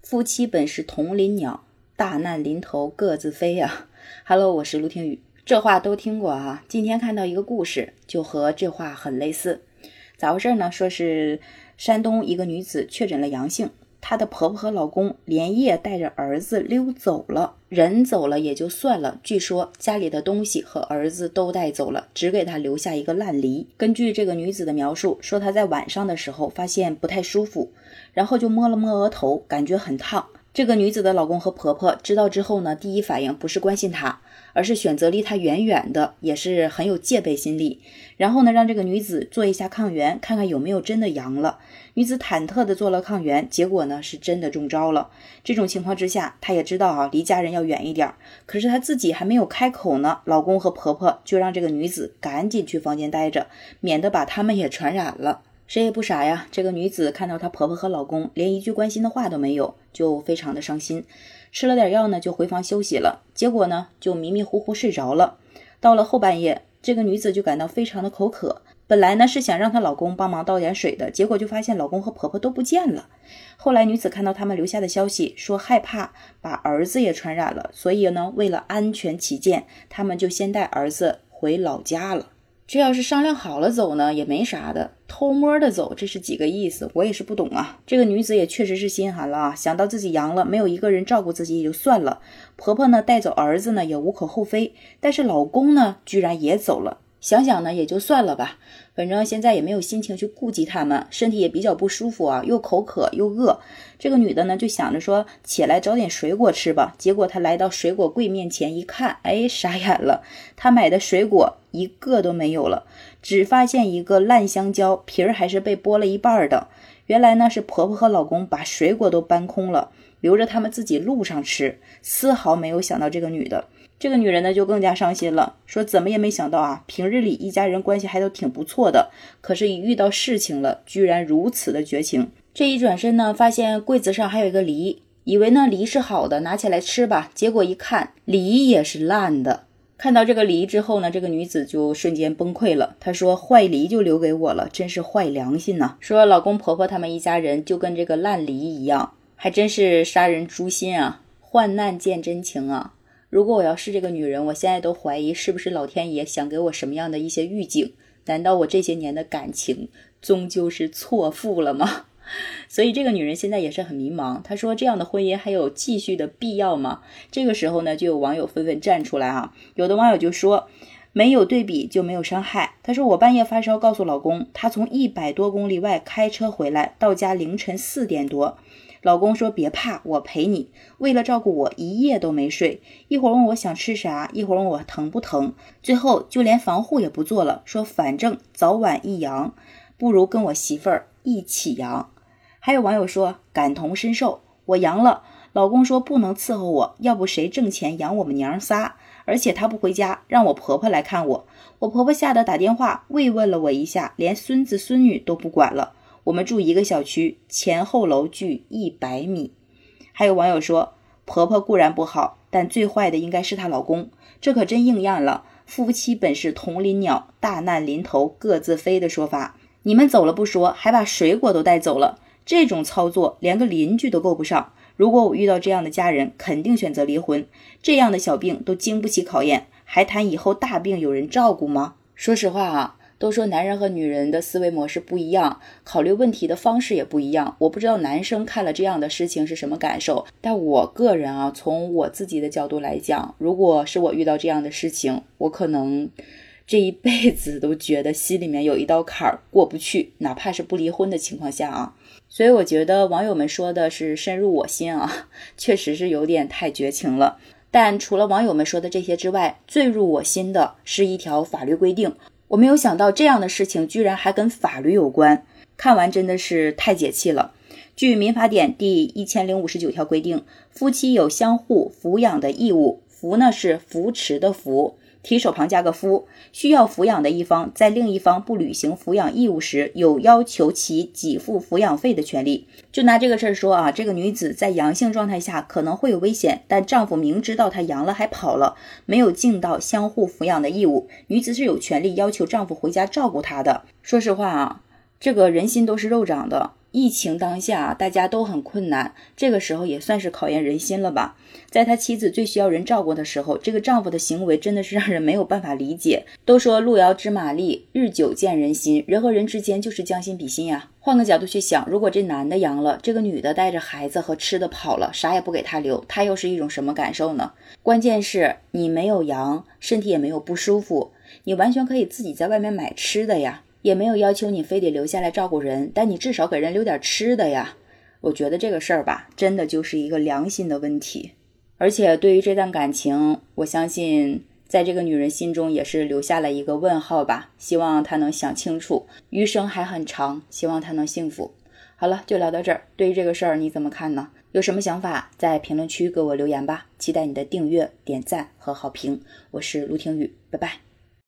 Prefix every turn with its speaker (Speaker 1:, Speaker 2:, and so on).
Speaker 1: 夫妻本是同林鸟，大难临头各自飞啊。Hello， 我是陆听雨。这话都听过啊。今天看到一个故事，就和这话很类似。咋回事呢？说是山东一个女子确诊了阳性，她的婆婆和老公连夜带着儿子溜走了。人走了也就算了，据说家里的东西和儿子都带走了，只给她留下一个烂梨。根据这个女子的描述，说她在晚上的时候发现不太舒服，然后就摸了摸额头，感觉很烫。这个女子的老公和婆婆知道之后呢，第一反应不是关心她，而是选择离她远远的，也是很有戒备心理。然后呢，让这个女子做一下抗原，看看有没有真的阳了。女子忐忑的做了抗原，结果呢是真的中招了。这种情况之下，她也知道啊，离家人要远一点，可是她自己还没有开口呢，老公和婆婆就让这个女子赶紧去房间待着，免得把他们也传染了。谁也不傻呀，这个女子看到她婆婆和老公连一句关心的话都没有，就非常的伤心，吃了点药呢就回房休息了，结果呢就迷迷糊糊睡着了。到了后半夜，这个女子就感到非常的口渴，本来呢是想让她老公帮忙倒点水的，结果就发现老公和婆婆都不见了。后来女子看到他们留下的消息，说害怕把儿子也传染了，所以呢为了安全起见，他们就先带儿子回老家了。这要是商量好了走呢，也没啥的，偷摸的走，这是几个意思？我也是不懂啊。这个女子也确实是心寒了啊，想到自己阳了，没有一个人照顾自己也就算了，婆婆呢带走儿子呢也无可厚非，但是老公呢居然也走了，想想呢也就算了吧，反正现在也没有心情去顾及他们，身体也比较不舒服啊，又口渴又饿。这个女的呢就想着说起来找点水果吃吧，结果她来到水果柜面前一看，傻眼了，她买的水果一个都没有了，只发现一个烂香蕉，皮儿还是被剥了一半的。原来呢是婆婆和老公把水果都搬空了，留着他们自己路上吃，丝毫没有想到这个女的。这个女人呢就更加伤心了，说怎么也没想到啊，平日里一家人关系还都挺不错的，可是一遇到事情了，居然如此的绝情。这一转身呢，发现柜子上还有一个梨，以为呢梨是好的，拿起来吃吧，结果一看梨也是烂的。看到这个梨之后呢，这个女子就瞬间崩溃了，她说坏梨就留给我了，真是坏良心呐。说老公婆婆他们一家人就跟这个烂梨一样，还真是杀人诛心啊，患难见真情啊。如果我要是这个女人，我现在都怀疑是不是老天爷想给我什么样的一些预警，难道我这些年的感情终究是错付了吗？所以这个女人现在也是很迷茫，她说这样的婚姻还有继续的必要吗？这个时候呢，就有网友纷纷站出来啊，有的网友就说没有对比就没有伤害。她说我半夜发烧告诉老公，他从100多公里外开车回来，到家凌晨4点多，老公说别怕，我陪你，为了照顾我一夜都没睡，一会儿问我想吃啥，一会儿问我疼不疼，最后就连防护也不做了，说反正早晚一阳，不如跟我媳妇儿一起阳。还有网友说感同身受，我阳了，老公说不能伺候我，要不谁挣钱养我们娘仨，而且他不回家，让我婆婆来看我，我婆婆吓得打电话慰问了我一下，连孙子孙女都不管了，我们住一个小区，前后楼距100米。还有网友说婆婆固然不好，但最坏的应该是她老公，这可真应验了夫妻本是同林鸟，大难临头各自飞的说法。你们走了不说，还把水果都带走了，这种操作连个邻居都够不上。如果我遇到这样的家人，肯定选择离婚，这样的小病都经不起考验，还谈以后大病有人照顾吗？说实话啊，都说男人和女人的思维模式不一样，考虑问题的方式也不一样，我不知道男生看了这样的事情是什么感受，但我个人啊，从我自己的角度来讲，如果是我遇到这样的事情，我可能这一辈子都觉得心里面有一道坎儿过不去，哪怕是不离婚的情况下啊。所以我觉得网友们说的是深入我心啊，确实是有点太绝情了。但除了网友们说的这些之外，最入我心的是一条法律规定，我没有想到这样的事情居然还跟法律有关，看完真的是太解气了。据民法典第1059条规定，夫妻有相互抚养的义务，扶呢是扶持的扶，提手旁加个夫，需要抚养的一方在另一方不履行抚养义务时，有要求其给付抚养费的权利。就拿这个事儿说啊，这个女子在阳性状态下可能会有危险，但丈夫明知道她阳了还跑了，没有尽到相互抚养的义务，女子是有权利要求丈夫回家照顾她的。说实话啊，这个人心都是肉长的， 疫情当下大家都很困难，这个时候也算是考验人心了吧。在他妻子最需要人照顾的时候，这个丈夫的行为真的是让人没有办法理解。都说路遥知马力，日久见人心，人和人之间就是将心比心呀。换个角度去想，如果这男的阳了，这个女的带着孩子和吃的跑了，啥也不给他留，他又是一种什么感受呢？关键是你没有阳，身体也没有不舒服，你完全可以自己在外面买吃的呀，也没有要求你非得留下来照顾人，但你至少给人留点吃的呀。我觉得这个事儿吧，真的就是一个良心的问题。而且对于这段感情，我相信在这个女人心中也是留下了一个问号吧，希望她能想清楚，余生还很长，希望她能幸福。好了，就聊到这儿，对于这个事儿你怎么看呢？有什么想法在评论区给我留言吧，期待你的订阅、点赞和好评。我是陆听雨，拜拜。